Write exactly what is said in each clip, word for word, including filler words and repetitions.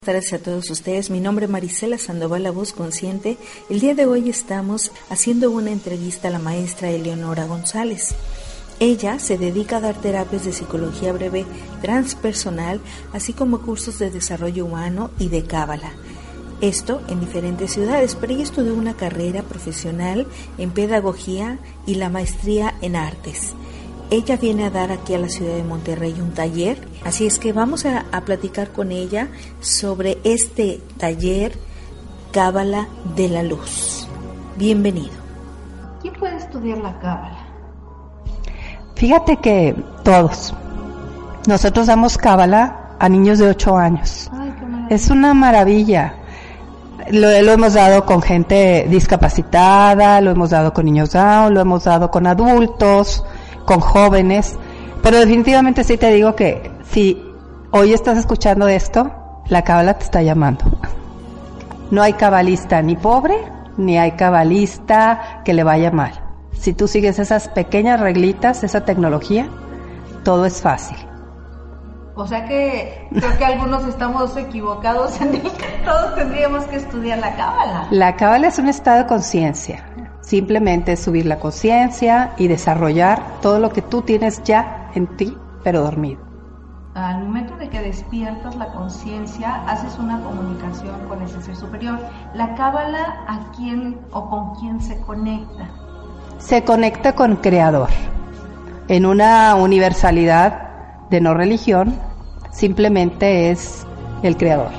Buenas tardes a todos ustedes. Mi nombre es Marisela Sandoval, la voz consciente. El día de hoy estamos haciendo una entrevista a la maestra Eleonora González. Ella se dedica a dar terapias de psicología breve transpersonal, así como cursos de desarrollo humano y de cábala. Esto en diferentes ciudades, pero ella estudió una carrera profesional en pedagogía y la maestría en artes. Ella viene a dar aquí a la ciudad de Monterrey un taller, así es que vamos a, a platicar con ella sobre este taller Cábala de la Luz. Bienvenido. ¿Quién puede estudiar la cábala? Fíjate que todos. Nosotros damos cábala a niños de ocho años. Ay, qué maravilla. Es una maravilla. Lo, lo hemos dado con gente discapacitada, lo hemos dado con niños Down, lo hemos dado con adultos, con jóvenes, pero definitivamente sí te digo que si hoy estás escuchando esto, la cábala te está llamando. No hay cabalista ni pobre, ni hay cabalista que le vaya mal. Si tú sigues esas pequeñas reglitas, esa tecnología, todo es fácil. O sea que creo que algunos estamos equivocados en el que todos tendríamos que estudiar la cábala. La cábala es un estado de conciencia. Simplemente es subir la conciencia y desarrollar todo lo que tú tienes ya en ti, pero dormido. Al momento de que despiertas la conciencia, haces una comunicación con ese ser superior. ¿La cábala a quién o con quién se conecta? Se conecta con Creador. En una universalidad de no religión, simplemente es el Creador.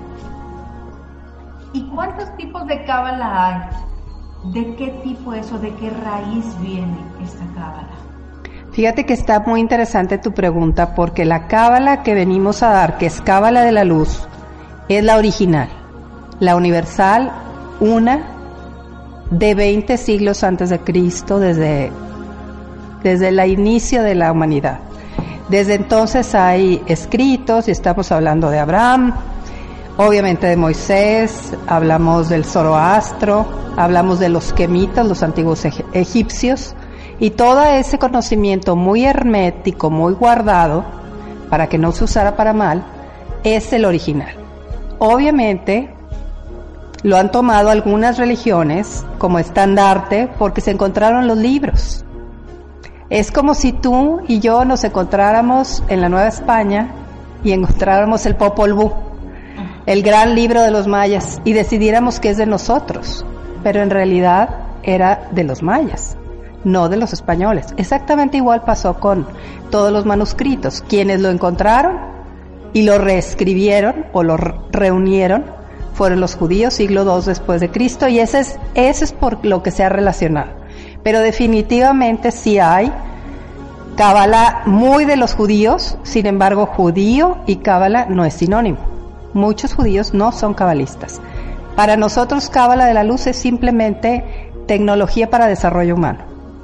¿Y cuántos tipos de cábala hay? ¿De qué tipo es o de qué raíz viene esta cábala? Fíjate que está muy interesante tu pregunta, porque la cábala que venimos a dar, que es cábala de la luz, es la original, la universal, una de veinte siglos antes de Cristo, desde, desde el inicio de la humanidad. Desde entonces hay escritos, y estamos hablando de Abraham, obviamente de Moisés, hablamos del Zoroastro, hablamos de los quemitas, los antiguos egipcios, y todo ese conocimiento muy hermético, muy guardado, para que no se usara para mal, es el original. Obviamente, lo han tomado algunas religiones como estandarte porque se encontraron los libros. Es como si tú y yo nos encontráramos en la Nueva España y encontráramos el Popol Vuh, el gran libro de los mayas, y decidiéramos que es de nosotros, pero en realidad era de los mayas, no de los españoles. Exactamente igual pasó con todos los manuscritos. Quienes lo encontraron y lo reescribieron o lo reunieron fueron los judíos, siglo dos después de Cristo, y ese es, ese es por lo que se ha relacionado. Pero definitivamente sí hay cábala muy de los judíos, sin embargo judío y cábala no es sinónimo. Muchos judíos no son cabalistas. Para nosotros cábala de la luz es simplemente tecnología para desarrollo humano.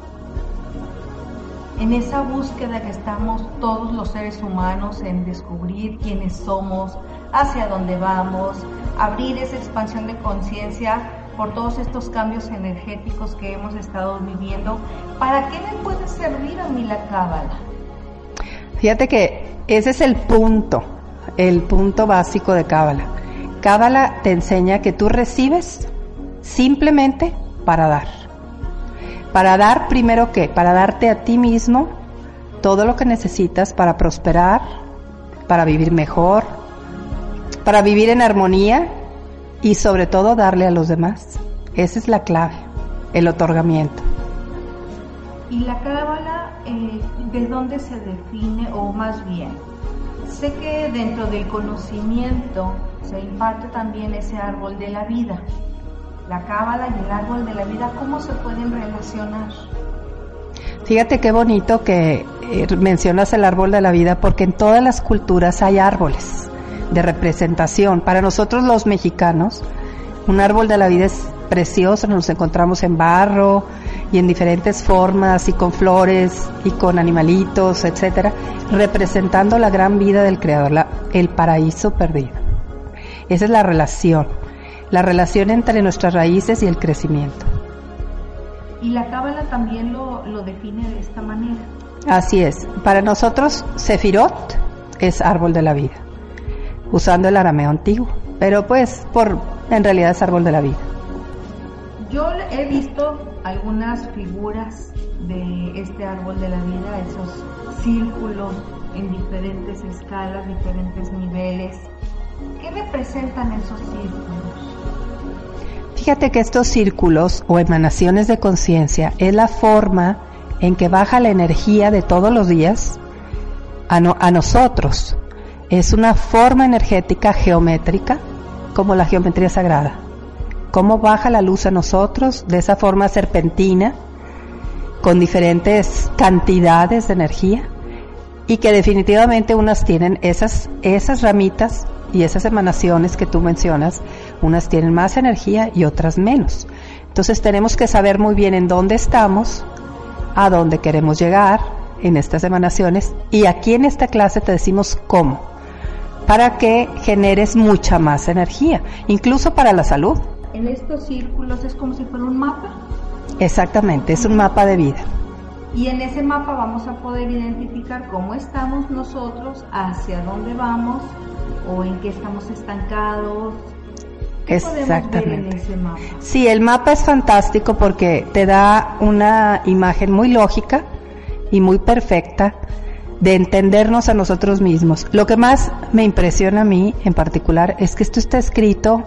En esa búsqueda que estamos todos los seres humanos en descubrir quiénes somos, hacia dónde vamos, abrir esa expansión de conciencia por todos estos cambios energéticos que hemos estado viviendo, ¿para qué me puede servir a mí la cábala? Fíjate que ese es el punto, el punto básico de cábala. Cábala te enseña que tú recibes simplemente para dar. Para dar primero ¿qué? Para darte a ti mismo todo lo que necesitas para prosperar, para vivir mejor, para vivir en armonía y sobre todo darle a los demás. Esa es la clave, el otorgamiento. ¿Y la cábala eh, de dónde se define, o más bien? Sé que dentro del conocimiento se imparte también ese árbol de la vida. La cábala y el árbol de la vida, ¿cómo se pueden relacionar? Fíjate qué bonito que eh, mencionas el árbol de la vida, porque en todas las culturas hay árboles de representación. Para nosotros los mexicanos, un árbol de la vida es precioso, nos encontramos en barro y en diferentes formas y con flores y con animalitos, etcétera, representando la gran vida del Creador, la, el paraíso perdido. Esa es la relación, la relación entre nuestras raíces y el crecimiento. Y la cábala también lo, lo define de esta manera. Así es, para nosotros Sefirot es árbol de la vida. usando el arameo antiguo, pero pues por en realidad es árbol de la vida. Yo he visto algunas figuras de este árbol de la vida, esos círculos en diferentes escalas, diferentes niveles. ¿Qué representan esos círculos? Fíjate que estos círculos o emanaciones de conciencia es la forma en que baja la energía de todos los días a, no, a nosotros. Es una forma energética geométrica como la geometría sagrada. Cómo baja la luz a nosotros de esa forma serpentina con diferentes cantidades de energía y que definitivamente unas tienen esas, esas ramitas y esas emanaciones que tú mencionas, unas tienen más energía y otras menos. Entonces tenemos que saber muy bien en dónde estamos, a dónde queremos llegar en estas emanaciones, y aquí en esta clase te decimos cómo, para que generes mucha más energía, incluso para la salud. En estos círculos es como si fuera un mapa. Exactamente, es un mapa de vida. Y en ese mapa vamos a poder identificar cómo estamos nosotros, hacia dónde vamos o en qué estamos estancados. ¿Qué podemos ver en ese mapa? Sí, el mapa es fantástico porque te da una imagen muy lógica y muy perfecta de entendernos a nosotros mismos. Lo que más me impresiona a mí en particular es que esto está escrito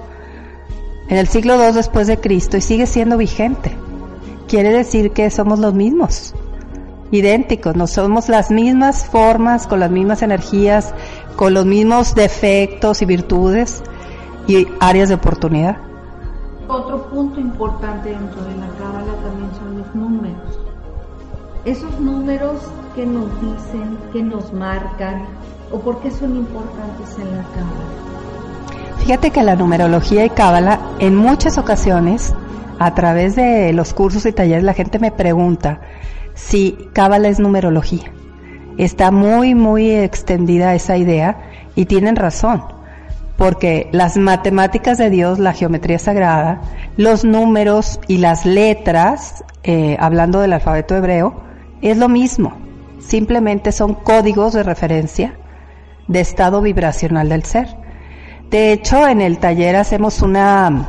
en el siglo segundo después de Cristo y sigue siendo vigente. Quiere decir que somos los mismos, idénticos, no somos las mismas formas, con las mismas energías, con los mismos defectos y virtudes y áreas de oportunidad. Otro punto importante dentro de la Cábala también son los números. Esos números que nos dicen, que nos marcan, o por qué son importantes en la Cábala. Fíjate que la numerología y Cábala, en muchas ocasiones, a través de los cursos y talleres, la gente me pregunta si Cábala es numerología. Está muy, muy extendida esa idea y tienen razón, porque las matemáticas de Dios, la geometría sagrada, los números y las letras, eh, hablando del alfabeto hebreo, es lo mismo. Simplemente son códigos de referencia de estado vibracional del ser. De hecho, en el taller hacemos una,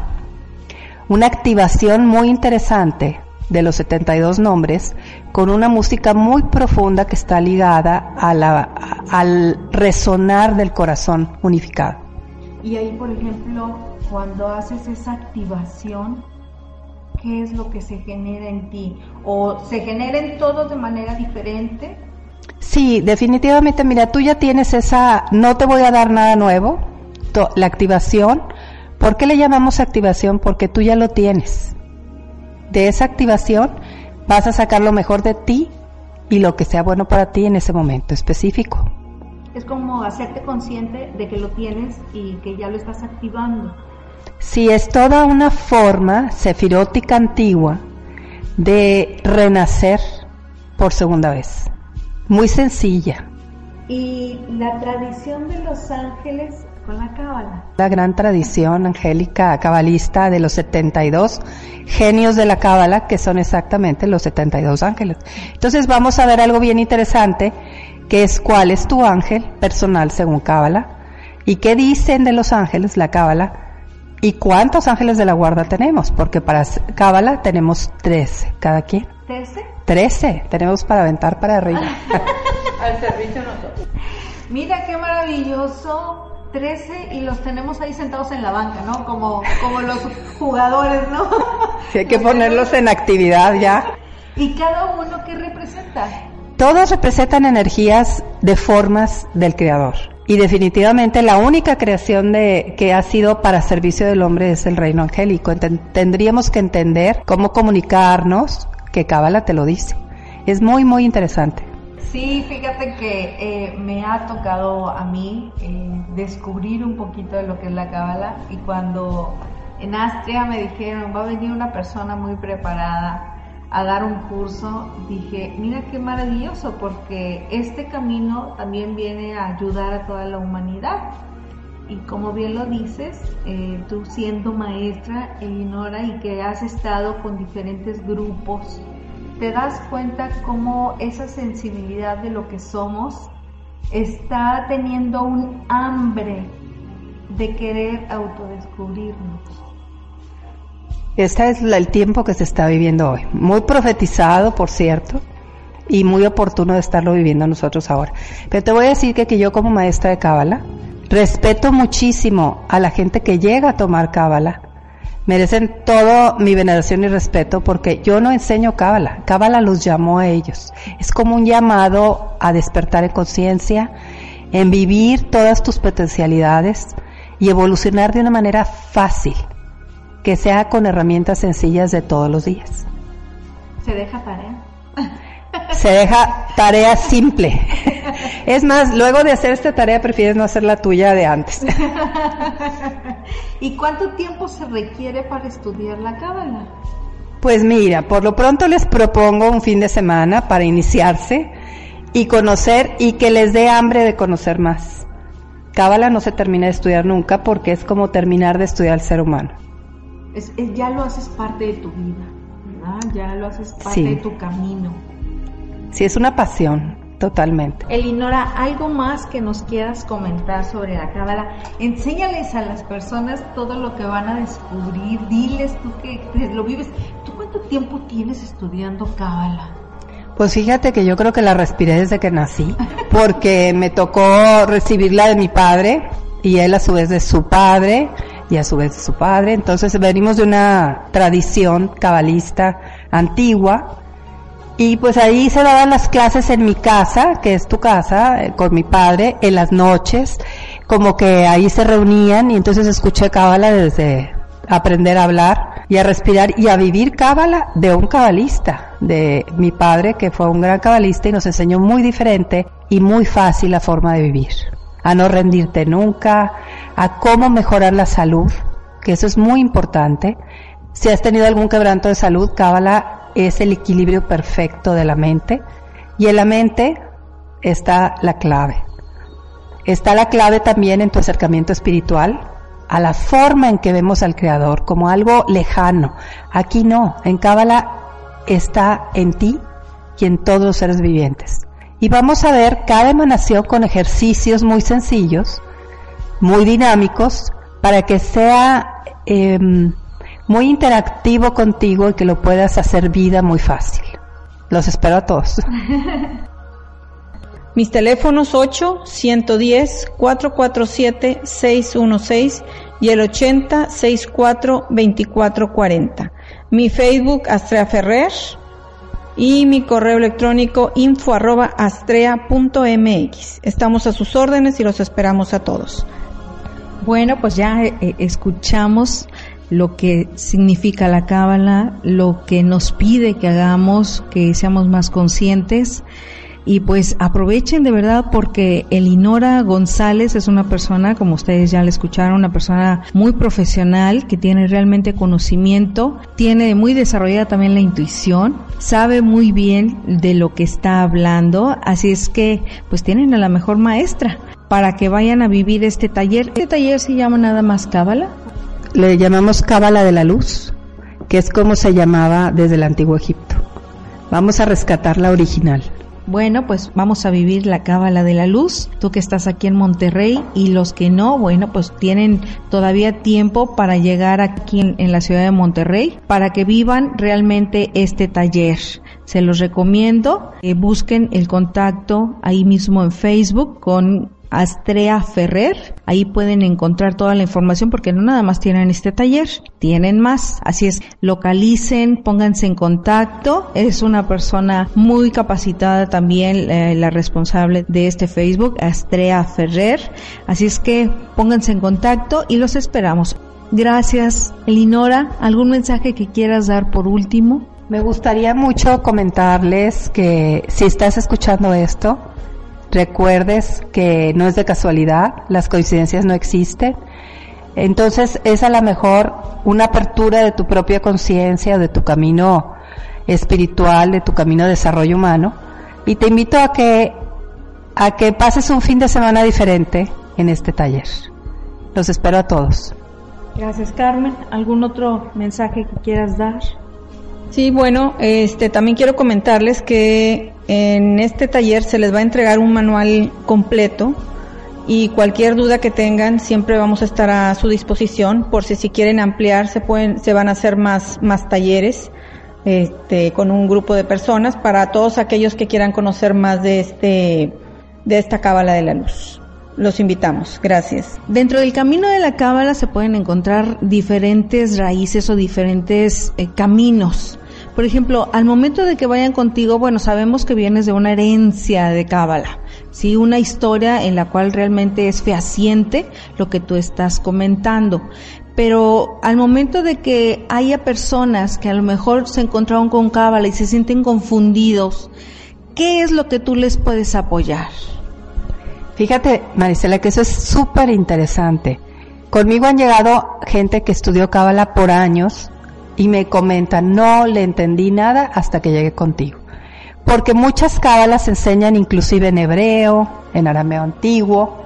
una activación muy interesante de los setenta y dos nombres con una música muy profunda que está ligada a la, a, al resonar del corazón unificado. Y ahí, por ejemplo, cuando haces esa activación, ¿qué es lo que se genera en ti? ¿O se genera en todos de manera diferente? Sí, definitivamente. Mira, tú ya tienes esa, no te voy a dar nada nuevo, la activación. ¿Por qué le llamamos activación? Porque tú ya lo tienes. De esa activación vas a sacar lo mejor de ti y lo que sea bueno para ti en ese momento específico. Es como hacerte consciente de que lo tienes y que ya lo estás activando. Sí, es toda una forma sefirótica antigua de renacer por segunda vez. Muy sencilla. Y la tradición de los ángeles con la Cábala. La gran tradición angélica cabalista de los setenta y dos genios de la Cábala, que son exactamente los setenta y dos ángeles. Entonces vamos a ver algo bien interesante, que es cuál es tu ángel personal según Cábala, y qué dicen de los ángeles la Cábala, y cuántos ángeles de la guarda tenemos, porque para Cábala tenemos trece, cada quien. ¿trece? trece, tenemos para aventar para arriba. Al servicio nosotros. Mira qué maravilloso. trece y los tenemos ahí sentados en la banca, ¿no? Como, como los jugadores, ¿no? Sí, hay que ponerlos en actividad ya. ¿Y cada uno qué representa? Todos representan energías de formas del Creador. Y definitivamente la única creación de que ha sido para servicio del hombre es el reino angélico. Ent- tendríamos que entender cómo comunicarnos, que Cábala te lo dice. Es muy, muy interesante. Sí, fíjate que eh, me ha tocado a mí eh, descubrir un poquito de lo que es la Cábala, y cuando en Astria me dijeron va a venir una persona muy preparada a dar un curso, dije mira qué maravilloso, porque este camino también viene a ayudar a toda la humanidad. Y como bien lo dices, eh, tú siendo maestra, Eleonora, y que has estado con diferentes grupos, te das cuenta cómo esa sensibilidad de lo que somos está teniendo un hambre de querer autodescubrirnos. Este es el tiempo que se está viviendo hoy. Muy profetizado, por cierto, y muy oportuno de estarlo viviendo nosotros ahora. Pero te voy a decir que, que yo como maestra de Cábala, respeto muchísimo a la gente que llega a tomar Cábala. Merecen todo mi veneración y respeto porque yo no enseño Cábala. Cábala los llamó a ellos. Es como un llamado a despertar en conciencia, en vivir todas tus potencialidades y evolucionar de una manera fácil, que sea con herramientas sencillas de todos los días. ¿Se deja tarea? Se deja tarea simple. Es más, luego de hacer esta tarea prefieres no hacer la tuya de antes. ¿Y cuánto tiempo se requiere para estudiar la Cábala? Pues mira, por lo pronto les propongo un fin de semana para iniciarse y conocer y que les dé hambre de conocer más. Cábala no se termina de estudiar nunca porque es como terminar de estudiar al ser humano. Es, es, ya lo haces parte de tu vida, ¿verdad? Ya lo haces parte Sí. de tu camino. Sí, es una pasión, totalmente. Elinora, ¿algo más que nos quieras comentar sobre la Cábala? Enséñales a las personas todo lo que van a descubrir, diles tú que, que lo vives. ¿Tú cuánto tiempo tienes estudiando Cábala? Pues fíjate que yo creo que la respiré desde que nací, porque me tocó recibirla de mi padre y él a su vez de su padre y a su vez de su padre. Entonces venimos de una tradición cabalista antigua. Y pues ahí se daban las clases en mi casa, que es tu casa, eh, con mi padre, en las noches, como que ahí se reunían y entonces escuché Cábala desde aprender a hablar y a respirar y a vivir Cábala de un cabalista, de mi padre que fue un gran cabalista y nos enseñó muy diferente y muy fácil la forma de vivir. A no rendirte nunca, a cómo mejorar la salud, que eso es muy importante. Si has tenido algún quebranto de salud, Cábala es el equilibrio perfecto de la mente y en la mente está la clave. Está la clave también en tu acercamiento espiritual, a la forma en que vemos al Creador como algo lejano. Aquí no, en Cábala está en ti y en todos los seres vivientes. Y vamos a ver cada emanación con ejercicios muy sencillos, muy dinámicos, para que sea eh, muy interactivo contigo y que lo puedas hacer vida muy fácil. Los espero a todos. Mis teléfonos ocho, ciento diez, cuatrocientos cuarenta y siete, seiscientos dieciséis y el ochenta, sesenta y cuatro, veinticuatro cuarenta. Mi Facebook, Astrea Ferrer, y mi correo electrónico info arroba astrea punto mx. Estamos a sus órdenes y los esperamos a todos. Bueno, pues ya eh, escuchamos lo que significa la Cábala, lo que nos pide que hagamos, que seamos más conscientes. Y pues aprovechen de verdad porque Elinora González es una persona, como ustedes ya la escucharon, una persona muy profesional que tiene realmente conocimiento, tiene muy desarrollada también la intuición, sabe muy bien de lo que está hablando, así es que pues tienen a la mejor maestra para que vayan a vivir este taller. ¿Este taller se llama nada más Cábala? Le llamamos Cábala de la Luz, que es como se llamaba desde el Antiguo Egipto. Vamos a rescatar la original. Bueno, pues vamos a vivir la Cábala de la Luz, tú que estás aquí en Monterrey y los que no, bueno, pues tienen todavía tiempo para llegar aquí en, en la ciudad de Monterrey para que vivan realmente este taller. Se los recomiendo, eh, busquen el contacto ahí mismo en Facebook con Astrea Ferrer, ahí pueden encontrar toda la información porque no nada más tienen este taller, tienen más, así es, localicen, pónganse en contacto, es una persona muy capacitada también, eh, la responsable de este Facebook, Astrea Ferrer, así es que pónganse en contacto y los esperamos. Gracias, Elinora, ¿algún mensaje que quieras dar por último? Me gustaría mucho comentarles que si estás escuchando esto, recuerdes que no es de casualidad, las coincidencias no existen. Entonces es a lo mejor una apertura de tu propia conciencia, de tu camino espiritual, de tu camino de desarrollo humano. Y te invito a que, a que pases un fin de semana diferente en este taller. Los espero a todos. Gracias, Carmen. ¿Algún otro mensaje que quieras dar? Sí, bueno, este también quiero comentarles que en este taller se les va a entregar un manual completo y cualquier duda que tengan siempre vamos a estar a su disposición, por si si quieren ampliar se pueden, se van a hacer más, más talleres, este, con un grupo de personas para todos aquellos que quieran conocer más de este, de esta cábala de la luz. Los invitamos. Gracias. Dentro del camino de la cábala se pueden encontrar diferentes raíces o diferentes eh, caminos. Por ejemplo, al momento de que vayan contigo, bueno, sabemos que vienes de una herencia de cábala, sí, una historia en la cual realmente es fehaciente lo que tú estás comentando. Pero al momento de que haya personas que a lo mejor se encontraron con cábala y se sienten confundidos, ¿qué es lo que tú les puedes apoyar? Fíjate, Marisela, que eso es súper interesante. Conmigo han llegado gente que estudió cábala por años y me comentan, no le entendí nada hasta que llegué contigo. Porque muchas cábalas enseñan inclusive en hebreo, en arameo antiguo,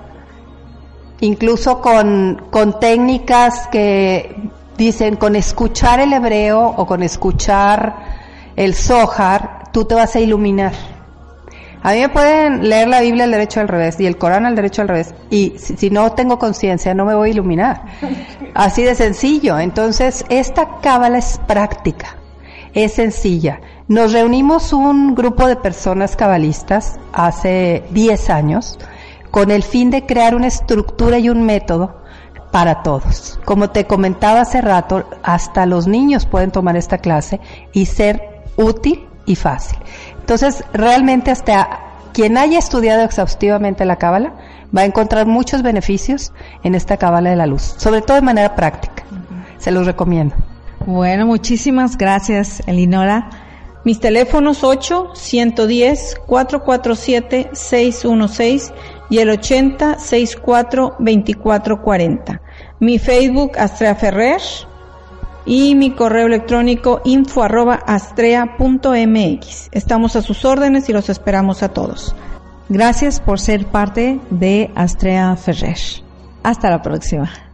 incluso con, con técnicas que dicen con escuchar el hebreo o con escuchar el Zohar, tú te vas a iluminar. A mí me pueden leer la Biblia al derecho al revés y el Corán al derecho al revés, y si, si no tengo conciencia no me voy a iluminar. Así de sencillo. Entonces, esta cábala es práctica, es sencilla. Nos reunimos un grupo de personas cabalistas hace diez años con el fin de crear una estructura y un método para todos. Como te comentaba hace rato, hasta los niños pueden tomar esta clase y ser útil y fácil. Entonces, realmente hasta quien haya estudiado exhaustivamente la cábala va a encontrar muchos beneficios en esta cábala de la luz, sobre todo de manera práctica. Uh-huh. Se los recomiendo. Bueno, muchísimas gracias, Elinora. Mis teléfonos ocho, ciento diez, cuatrocientos cuarenta y siete, seiscientos dieciséis y el ochenta, sesenta y cuatro, veinticuatro cuarenta. Mi Facebook, Astrea Ferrer, y mi correo electrónico info arroba astrea punto mx. Estamos a sus órdenes y los esperamos a todos. Gracias por ser parte de Astrea Ferrer. Hasta la próxima.